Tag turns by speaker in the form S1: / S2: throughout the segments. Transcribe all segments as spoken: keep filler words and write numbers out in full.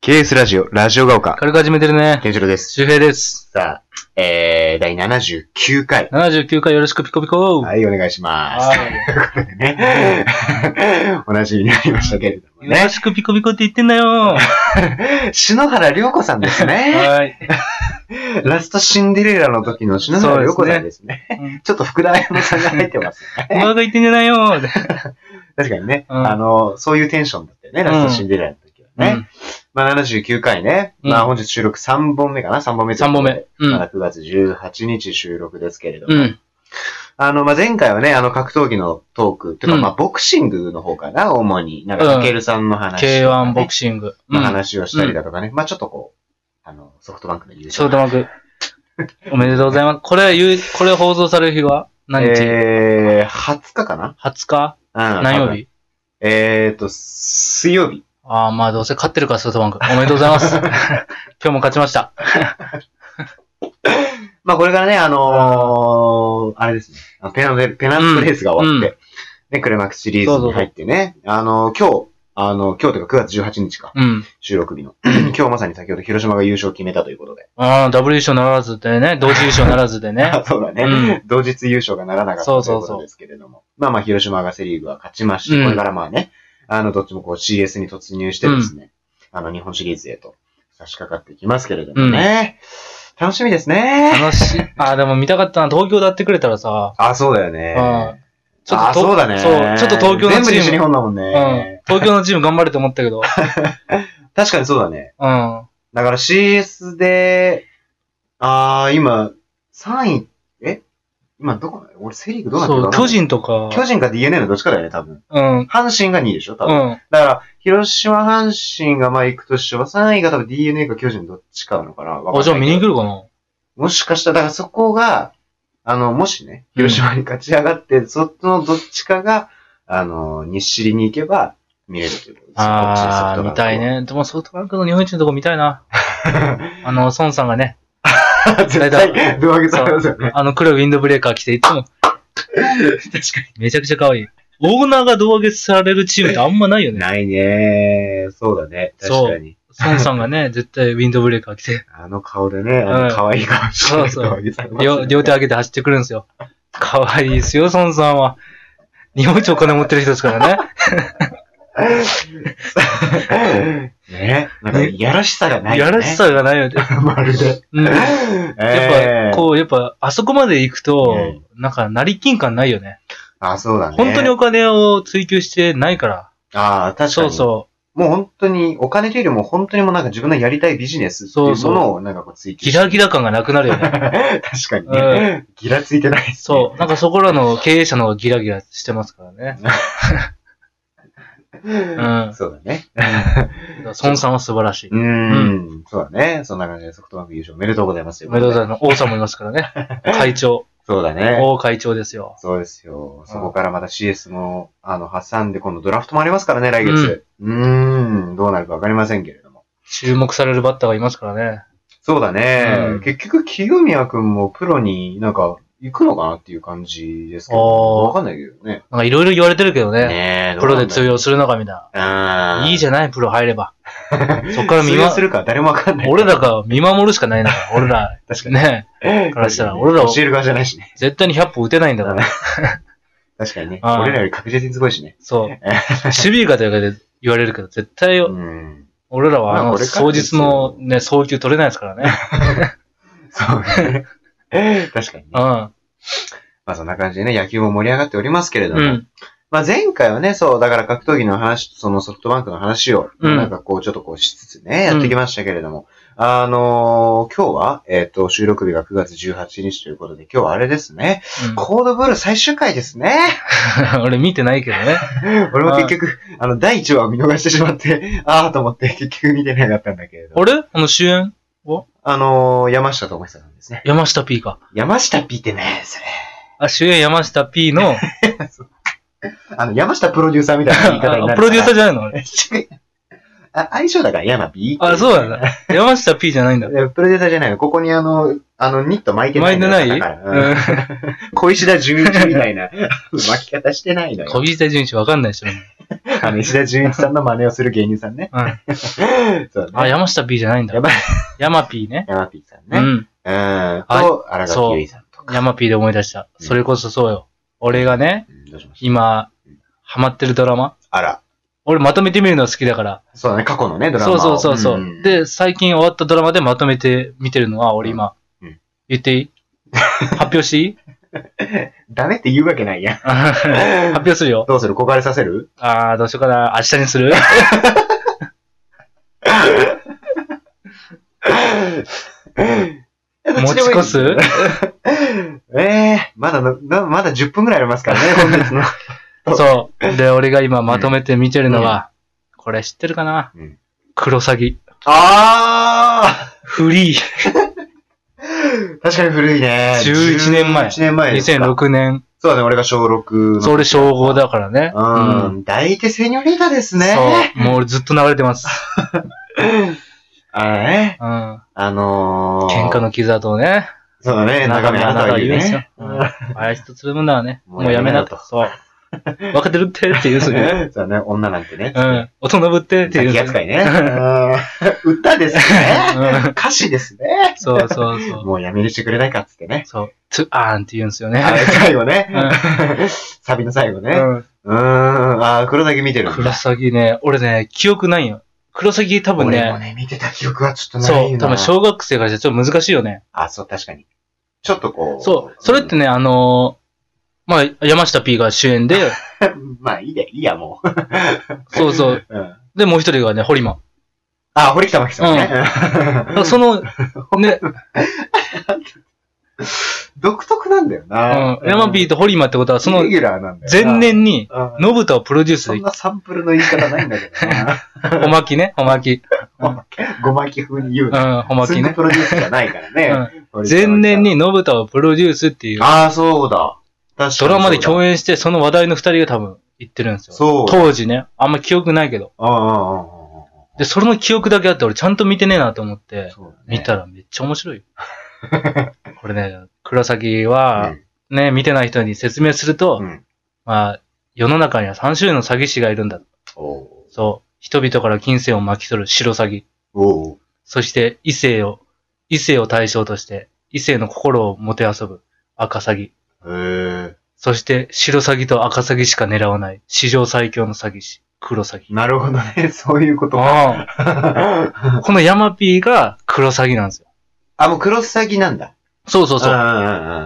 S1: ケーエス ラジオ、ラジオが丘。
S2: 軽く始めてるね。
S1: ケンシロウです。
S2: 周平です。
S1: さあ、えー、だいななじゅうきゅうかい。
S2: ななじゅうきゅうかいよろしくピコピコ。
S1: はい、お願いします。
S2: はい。
S1: これでね、おなじみになりましたけれどもね。
S2: よろしくピコピコって言ってんだよ。
S1: 篠原涼子さんですね。
S2: はい。
S1: ラストシンデレラの時の篠原涼子さんですね。すねうん、ちょっと福田彩乃さんが入ってますね。
S2: お前が言ってんじゃないよ。
S1: 確かにね、
S2: うん、
S1: あの、そういうテンションだったよね、ラストシンデレラの時はね。うんまあななじゅうきゅうかいね。うん、まあ本日収録さんぼんめかな ?さん 本目
S2: さんぼんめ。
S1: うん。まだくがつじゅうはちにち収録ですけれども。
S2: うん。
S1: あの、まあ前回はね、あの格闘技のトーク、というかまあボクシングの方かな、主に。なんか、タケルさんの話、ね。
S2: ケーワン ボクシング。
S1: の話をしたりだとかね。うん、まあちょっとこう、あの、ソフトバンクの優勝。
S2: ソフトバンク。おめでとうございます。これ、これ放送される日は何日
S1: えー、はつかかな ?
S2: はつか?
S1: うん。
S2: 何曜日
S1: えーと、水曜日。
S2: ああ、まあどうせ勝ってるからソフトバンク。おめでとうございます。今日も勝ちました。
S1: まあこれからね、あのー、あれですね。ペナント、ペナントレースが終わって、うん、ね、クレマックスシリーズに入ってね、そうそうそうあのー、今日、あの、今日というかくがつじゅうはちにちか。うん、収録日の。今日まさに先ほど広島が優勝を決めたということで。
S2: ああ、ダブル優勝ならずでね、同時優勝ならずでね。
S1: そうだね、うん。同日優勝がならなかったということですけれども。そうそうそうまあまあ広島がセリーグは勝ちまして、うん、これからまあね、あの、どっちもこう シーエス に突入してですね、うん、あの、日本シリーズへと差し掛かっていきますけれどもね。うん、楽しみですね。
S2: 楽しい。あ、でも見たかったな。東京でやってくれたらさ。
S1: あ、そうだよね。
S2: うん
S1: ちょっとあ、そうだね。
S2: そう、ちょっと東京のチーム。
S1: 全部西日本だもんね。
S2: うん。東京のチーム頑張れと思ったけど。
S1: 確かにそうだね。
S2: うん。
S1: だから シーエス で、あー、今、さんい、え今どこなの俺セリーグどうなってる
S2: そう、巨人とか。
S1: 巨人か ディーエヌエー のどっちかだよね、多分。
S2: うん。
S1: 阪神がにいでしょ、多分。うん。だから、広島、阪神がまあ行くとしては、さんいが多分 ディーエヌエー か巨人どっちかなのかな。
S2: あ、じゃあ見に来るかな
S1: もしかしたら、だからそこが、あの、もしね、広島に勝ち上がって、うん、そっちのどっちかが、あの、日知りに行けば見れるということです。
S2: ああ、見たいね。でもソフトバンクの日本一のとこ見たいな。あの、孫さんがね。
S1: 絶対、胴上げされますよね。
S2: あの黒いウィンドブレーカー着ていつも。確かに。めちゃくちゃ可愛い。オーナーが胴上げされるチームってあんまないよね。
S1: ないね。そうだね。確かに。
S2: 孫さんがね、絶対ウィンドブレーカー着て。
S1: あの顔でね、あの可愛い顔して、
S2: そうそう。両、両手上げて走ってくるんですよ。可愛いですよ、孫さんは。日本一お金持ってる人ですからね。
S1: ね。なんか、いやらしさがないよね。
S2: いやらしさがないよね。
S1: まるで。
S2: うん、やっぱ、こう、やっぱ、あそこまで行くと、なんか、成金感ないよね。
S1: あ、そうだね。
S2: 本当にお金を追求してないから。
S1: ああ、確かに。
S2: そうそう。
S1: もう本当に、お金というよりも本当にもなんか自分のやりたいビジネスっていうものをなんかこう追求して。
S2: ギラギラ感がなくなるよね。
S1: 確かにね、うん。ギラついてないですね。
S2: そう。なんかそこらの経営者の方がギラギラしてますからね。
S1: うん、そうだね。
S2: 孫さんは素晴らしい。
S1: うん。そうだね。そんな感じでソフトバンク優勝おめでとうございますよ。
S2: おめでとうございます。王さんもいますからね。会長。
S1: そうだね。
S2: 王会長ですよ。
S1: そうですよ。そこからまた シーエス も、あの、挟んで、今度ドラフトもありますからね、来月。うん、うーん、どうなるかわかりませんけれども。
S2: 注目されるバッターがいますからね。
S1: そうだね。うん、結局、清宮くんもプロになんか、行くのかなっていう感じですけど。わかんないけどね。
S2: なんかいろいろ言われてるけどね。
S1: ねえ。
S2: プロで通用するのかみたいな。いいじゃないプロ入れば。そっから見
S1: 守る。するか誰もわかんない。
S2: 俺らが見守るしかないんだから、俺ら。
S1: 確かに。
S2: ねえ。からしたら、俺ら
S1: 教える側じゃないしね。
S2: 絶対にひゃっぽ打てないんだから。
S1: 確かにね。俺らより確実にすごいしね。
S2: そう。守備以下と言われるけど、絶対、俺らはあの、当日のね、送球取れないですからね。
S1: そうね。確かにね。うん。まあそんな感じでね、野球も盛り上がっておりますけれども。うん、まあ前回はね、そう、だから格闘技の話とそのソフトバンクの話を、うん、なんかこうちょっとこうしつつね、やってきましたけれども。うん、あのー、今日は、えっと、収録日がくがつじゅうはちにちということで、今日はあれですね。うん、コードブルー最終回ですね。
S2: 俺見てないけどね。
S1: 俺も結局、あの、だいいちわを見逃してしまって、あーと思って結局見てなかったんだけれど。
S2: あれあの主演は
S1: あのー、山下智久さんですね。
S2: 山下 P か。
S1: 山下 P ってね、それ。
S2: あ、主演山下 P の、
S1: あの、山下プロデューサーみたいな言い方になる。
S2: プロデューサーじゃないのあれ。
S1: あ、相性だから山 P。
S2: あ、そうなんだ。山下 P じゃないんだ。
S1: プロデューサーじゃないの。ここにあの、あの、ニット巻いてない
S2: んだよ。巻いてない、
S1: うん、小石田純一みたいな巻き方してないのよ。
S2: 小石田純一わかんないでしょ。
S1: あの、石田純一さんの真似をする芸人さんね。
S2: うん。そうね、あ、山下 P じゃないんだ。山 P ね。
S1: 山 P さんね。
S2: うん。
S1: うん。と、荒垣結衣さんとか。
S2: 山 P で思い出した。それこそそうよ。俺がね、うん、どうしました今、うん、ハマってるドラマ。
S1: あら。
S2: 俺まとめて見るの好きだから。
S1: そうだね、過去のね、ドラマを。
S2: そうそうそう。うん、で、最近終わったドラマでまとめて見てるのは、俺今、うん、言っていい発表していい
S1: ダメって言うわけないやん。
S2: 発表するよ。
S1: どうするこかれさせる
S2: あー、どうしようかな。明日にする持ち越す
S1: ええー、まだの、まだじゅっぷんくらいありますからね、本日の。
S2: そう。で、俺が今まとめて見てるのは、うん、これ知ってるかな、うん、クロサギ。
S1: あー
S2: フリー。
S1: 確かに古いね。
S2: じゅういちねんまえ。
S1: じゅういちねんまえ
S2: にせんろくねん。
S1: そうだね、俺が小ろくの。
S2: それ小ごだからね。
S1: うん。うん、抱いてセニョリータですね。
S2: そう。もう俺ずっと流れてます。
S1: あれね。
S2: うん。
S1: あの
S2: ー。喧嘩の傷跡をね。
S1: そうだね、中身あなたは言うね。
S2: ですよ。うん。あいつとつるむんだわね。もうやめなと。そう。分かってるってって言うするよ。
S1: そうね、女なんてね。
S2: うん。大人ぶってって言う。
S1: 気扱いね。歌ですね。歌詞ですね。
S2: そうそうそう。
S1: もうやめにしてくれないかっつってね。
S2: そう。トゥアーンって言うんですよね。
S1: 最後ね。サビの最後ね。うん。うん。ああ、黒崎見てる。
S2: 黒崎ね、俺ね、記憶ないよ。黒崎多分ね。
S1: 俺もね、見てた記憶はちょっとないよ。
S2: そう。多分小学生からじゃちょっと難しいよね。
S1: あ、そう、確かに。ちょっとこう。
S2: そう。それってね、あのまあ、山下 P が主演で。
S1: まあ、いいで、いいや、もう。
S2: そうそう。うん、で、もう一人がね、堀間。
S1: あ、堀北真希さんね。
S2: うん、その、ね。
S1: 独特なんだよな。
S2: うん。山 P と堀間ってことは、その、前年に、のぶたをプロデュースで。
S1: そんなサンプルの言い方ないんだけど
S2: な。ほまきね、ほまき。
S1: ごまき風に言う
S2: の。うん、ほまきね。
S1: プロデュースじゃないからね。
S2: うん、前年にのぶたをプロデュースっていう。
S1: ああ、そうだ。
S2: ドラマで共演して、その話題の二人が多分言ってるんですよ。そう。当時ね。あんま記憶ないけど。
S1: ああ、ああ。
S2: で、それの記憶だけあって、俺ちゃんと見てねえなと思って、見たらめっちゃ面白いよ。これね、黒崎は、ね、見てない人に説明すると、まあ、世の中にはさん種類の詐欺師がいるんだ。そう。人々から金銭を巻き取る白詐欺。そして、異性を、異性を対象として、異性の心をもてあそぶ赤詐欺。
S1: へ
S2: そして、白詐欺と赤詐欺しか狙わない、史上最強の詐欺師、黒詐欺。
S1: なるほどね。そういうことか。
S2: このヤマピーが黒詐欺なんですよ。
S1: あ、もう黒詐欺なんだ。
S2: そうそうそう。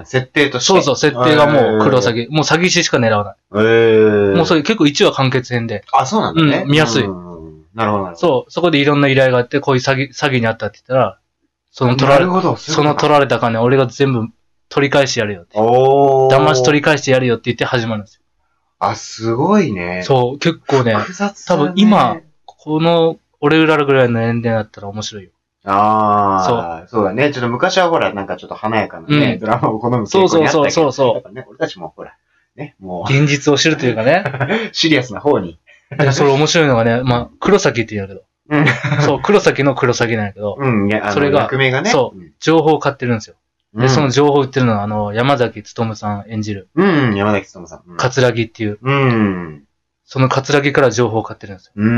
S1: 設定として。
S2: そうそう、設定がもう黒詐欺。もう詐欺師しか狙わない。
S1: へー。
S2: もうそれ結構いちわ完結編で。
S1: あ、そうなんだね。
S2: うん、見やすい。
S1: なるほど、なるほど。
S2: そう、そこでいろんな依頼があって、こういう詐欺、詐欺にあったって言ったら、その取られ、その取られた金、俺が全部、取り返してやるよって。おー。騙し取り返してやるよって言って始まるんですよ。
S1: あ、すごいね。
S2: そう、結構ね。
S1: 複雑
S2: だね。多分今、この、俺らぐらいの年齢だったら面白いよ。
S1: ああ、そう。そうだね。ちょっと昔はほら、なんかちょっと華やかなね、うん、ドラマを好む傾向にあったけど。
S2: そうそうそうそう。
S1: やっぱね、俺たちもほら、ね、も
S2: う。現実を知るというかね。
S1: シリアスな方に。
S2: で、それ面白いのがね、まあ、黒崎って言うんだけど。うん。そう、黒崎の黒崎なんやけど。
S1: うん、いや、あの、
S2: それが、
S1: 役名がね。
S2: そう、情報を買ってるんですよ。で、その情報を売ってるのは、あの、山崎努さん演じる。
S1: うん、山崎努さん。
S2: カツラギっていう。
S1: うん。
S2: そのカツラギから情報を買ってるんですよ。
S1: うん。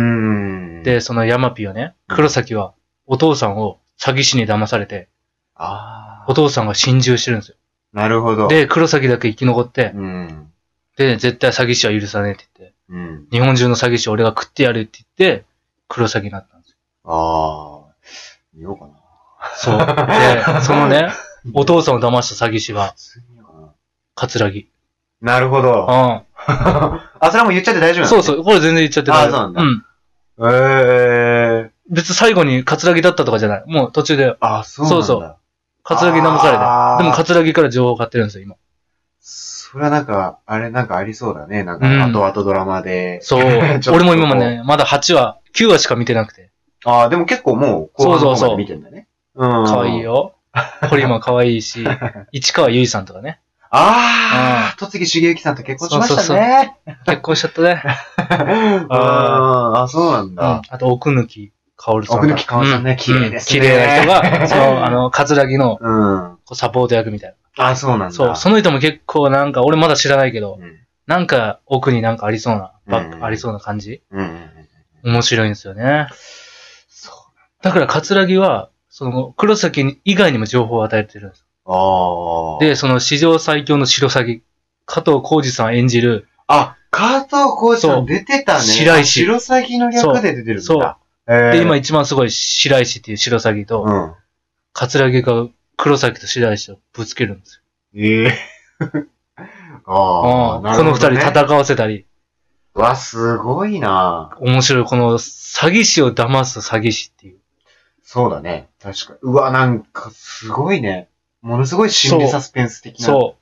S2: で、その山ピはね、黒崎は、お父さんを詐欺師に騙されて、
S1: ああ。
S2: お父さんが心中してるんですよ。
S1: なるほど。
S2: で、黒崎だけ生き残って、
S1: うん。
S2: で、絶対詐欺師は許さねえって言って、
S1: うん。
S2: 日本中の詐欺師を俺が食ってやるって言って、黒崎になったんですよ。
S1: ああ。見ようかな。
S2: そう。で、そのね、お父さんを騙した詐欺師は、カツラギ。
S1: なるほど。
S2: うん。
S1: あ、それはもう言っちゃって大丈夫なの？
S2: そうそう。これ全然言っちゃって大丈夫。
S1: あ、そうなんだ。
S2: うん。
S1: ええー。
S2: 別最後にカツラギだったとかじゃない。もう途中で。
S1: あ、そうなんだ。そうそう。
S2: カツラギ騙されて。でもカツラギから情報を買ってるんですよ、今。
S1: それはなんか、あれなんかありそうだね。なんか、後々ドラマで。
S2: うん、そう。俺も今もね、まだはちわ、きゅうわしか見てなくて。
S1: ああ、でも結構もう、
S2: そうそうそう。
S1: 見てんだね。うん。
S2: かわいいよ。堀間かわいいし、市川由衣さんとかね。
S1: ああ、戸次重幸さんと結婚しましたね。
S2: そうそうそう結婚しちゃったね。
S1: ああ、そうなんだ。うん、
S2: あと、奥抜き薫さん。
S1: 奥抜き薫さんね、綺麗ですね。
S2: 綺麗な人が、そう、あの、桂木の、うん、サポート役みたい
S1: な。ああ、そうなんだ。
S2: そう、その人も結構なんか、俺まだ知らないけど、うん、なんか奥になんかありそうな、バック、うん、ありそうな感じ、うん、面白いんですよね。そうだから桂木は、その、黒崎以外にも情報を与えてるんです。あで、その史上最強の白サギ、加藤浩次さん演じる。
S1: あ、加藤浩次さん出てたね。
S2: 白石。
S1: 白サギの略で出てるんだ。
S2: そう。えー、で、今一番すごい白石っていう白サギと、うん、桂木が黒崎と白石をぶつけるんですよ。ええー。ああ、なるほどね。この二人戦わせたり。
S1: わ、すごいな
S2: 面白い。この詐欺師を騙す詐欺師っていう。
S1: そうだね。確かに。うわ、なんかすごいね。ものすごい心理サスペンス的な。そう。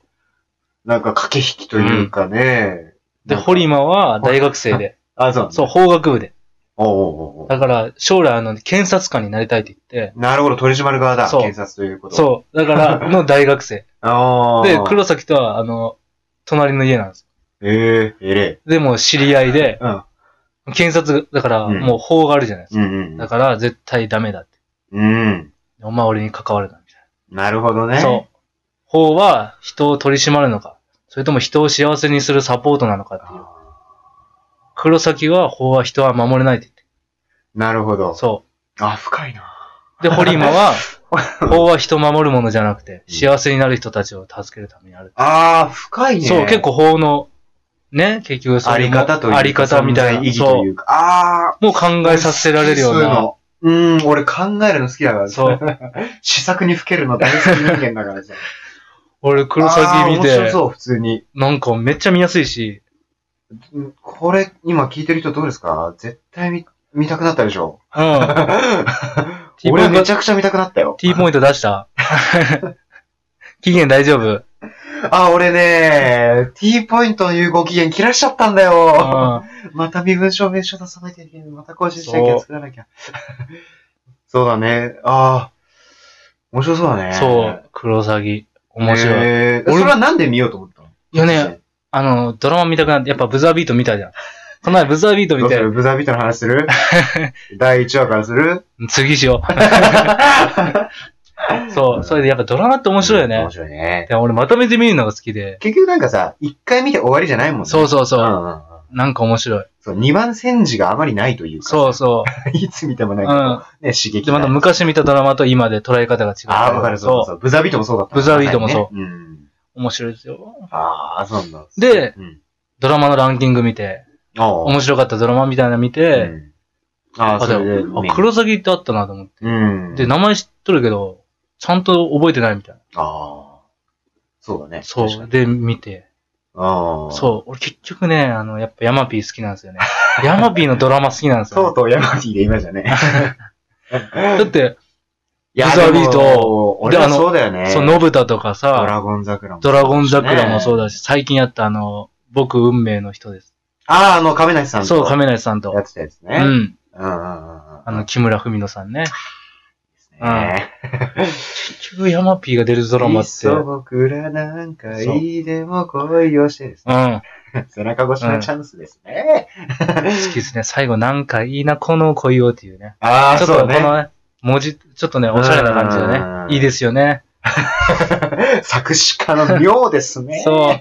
S1: なんか駆け引きというかね。
S2: うん、で、堀間は大学生で。
S1: あ、そう、ね。
S2: そう、法学部で。おうおうおうだから、将来あの、検察官になりたいって言って。
S1: なるほど、取り締まる側だ。検察ということ。
S2: そう。だから、の大学生。で、黒崎とは、あの、隣の家なんです。
S1: ええー、えれ
S2: でも、知り合いで、うん、検察、だから、もう法があるじゃないですか。うんうんうん、だから、絶対ダメだって。うん。お前俺に関わるな、みたい
S1: な。なるほどね。
S2: そう。法は人を取り締まるのか、それとも人を幸せにするサポートなのかっていう。黒崎は法は人は守れないって言って。
S1: なるほど。
S2: そう。
S1: あ、深いな。
S2: で、堀間は、法は人を守るものじゃなくて、幸せになる人たちを助けるためにある。
S1: ああ、深いね。
S2: そう、結構法の、ね、結局
S1: そういう。あり方というか。
S2: あり方みたいな。
S1: 意義というか。ああ。
S2: もう考えさせられるような。
S1: うん、俺考えるの好きだから。そう。試作にふけるの大好き人間だからさ。
S2: 俺、黒崎見て。
S1: 面白そう、普通に。
S2: なんかめっちゃ見やすいし。
S1: これ、今聞いてる人どうですか？絶対見、見たくなったでしょ？うん。俺めちゃくちゃ見たくなったよ。
S2: T ポイント出した期限大丈夫？
S1: あ、俺ね、T ポイントの有効期限切らしちゃったんだよ。また身分証明書出さなきゃいけない。また更新しなきゃ作らなきゃ。そうだね。ああ。面白そうだね。
S2: そう。黒サギ。面白い。
S1: えー、それはなんで見ようと思ったの？
S2: いやね、あの、ドラマ見たくなって、やっぱブザービート見たじゃん。この前ブザービート見て。
S1: ブザービートの話するだいいちわからする
S2: 次しよう。そう、それでやっぱドラマって面白いよね。
S1: 面白いね。
S2: で俺まとめて見るのが好きで。
S1: 結局なんかさ、一回見て終わりじゃないもんね。
S2: そうそうそう。うんうんうん、なんか面白い。
S1: そう、二番煎じがあまりないというか。
S2: そうそう。
S1: いつ見てもなんか、うん、ね、刺激。
S2: で、また昔見たドラマと今で捉え方が違う。
S1: ああ、わかる、そうそう。ブザービートもそうだった。
S2: ブザービートもそう。ね、うん。面白いですよ。
S1: ああ、そうなんだ。
S2: で、うん、ドラマのランキング見て、面白かったドラマみたいなの見て、うん、ああ、それで、ね。あ、黒崎ってあったなと思って。うん。で、名前知っとるけど、ちゃんと覚えてないみたいな。
S1: ああ。そうだね。
S2: そう。で、見て。ああ。そう。俺結局ね、あの、やっぱヤマピー好きなんですよね。ヤマピーのドラマ好きなんですよ、
S1: ね。とうとうヤマピーで言いましたね。
S2: だって、
S1: ブザービート。俺はそうだよね。
S2: そう、ノブタとかさ、
S1: ドラゴン桜も。
S2: ドラゴン桜もそうだし、最近やったあの、僕運命の人です。
S1: ああ、あの、亀梨さんと。
S2: そう、亀梨さんと。
S1: やってたやつね。うん。うんうんうん。
S2: あの、木村文乃さんね。うん、結局、ヤマピーが出るドラマって。
S1: そう、僕らなんかいいでも恋をしてですね。うん。背中越しのチャンスですね。
S2: うん、好きですね。最後、なんかいいな、この恋をっていうね。
S1: ああ、
S2: ちょっとこの、ね、文字、ちょっとね、おしゃれな感じでね。いいですよね。
S1: 作詞家の妙ですね。
S2: そう。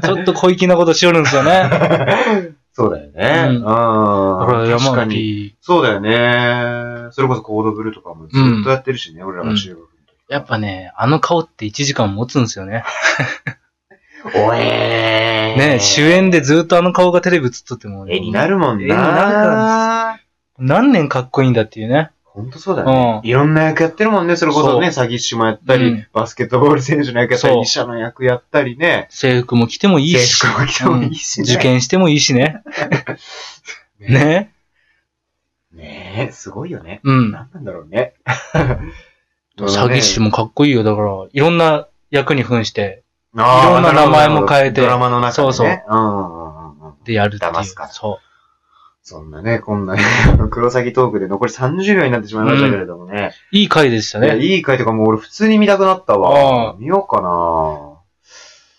S2: ちょっと小粋なことしよるんですよね。
S1: そうだよね。うん。ああ。
S2: だからヤマピ
S1: ー。そうだよね。それこそコードブルーとかもずっとやってるしね、うん、俺らが中学の時。
S2: やっぱね、あの顔っていちじかん持つんですよね。
S1: おえー。
S2: ね、主演でずっとあの顔がテレビ映っとっても。
S1: 絵になるもんな。
S2: 絵になるからです。何年かっこいいんだっていうね。
S1: ほんとそうだね、うん。いろんな役やってるもんね。それこそね、詐欺師もやったり、うん、バスケットボール選手の役やったり、医者の役やったりね。
S2: 制服も着てもいいし。
S1: 制服も着てもいいし、ね
S2: うん。受験してもいいしね。ね。
S1: ねえ、すごいよね。
S2: うん。
S1: なんなんだろうね。
S2: 詐欺師もかっこいいよ。だから、いろんな役に扮して、いろんな名前も変えて。
S1: ドラマの中で、ね。
S2: そうそう。
S1: うんうんうん、
S2: でやるっていう。
S1: 騙すから。
S2: そう。
S1: そんなね、こんな、黒崎トークで残りさんじゅうびょうになってしまいましたけれどもね。
S2: うん、いい回でしたね。
S1: いや、いい回とかもう俺普通に見たくなったわ。見ようかな。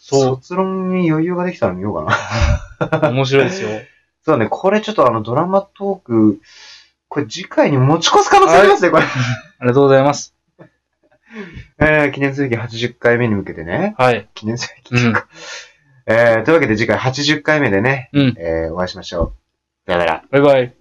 S1: そう。卒論に余裕ができたら見ようか
S2: な。面白いですよ。
S1: そうね、これちょっとあのドラマトーク、これ次回に持ち越す可能性ありますね、これ。あ
S2: りがとうございます。
S1: えー、記念すべきはちじゅっかいめに向けてね。
S2: はい。
S1: 記念すべき、うん、えー、というわけで次回はちじゅっかいめでね、うん、えー、お会いしましょう。さよなら。
S2: バイバイ。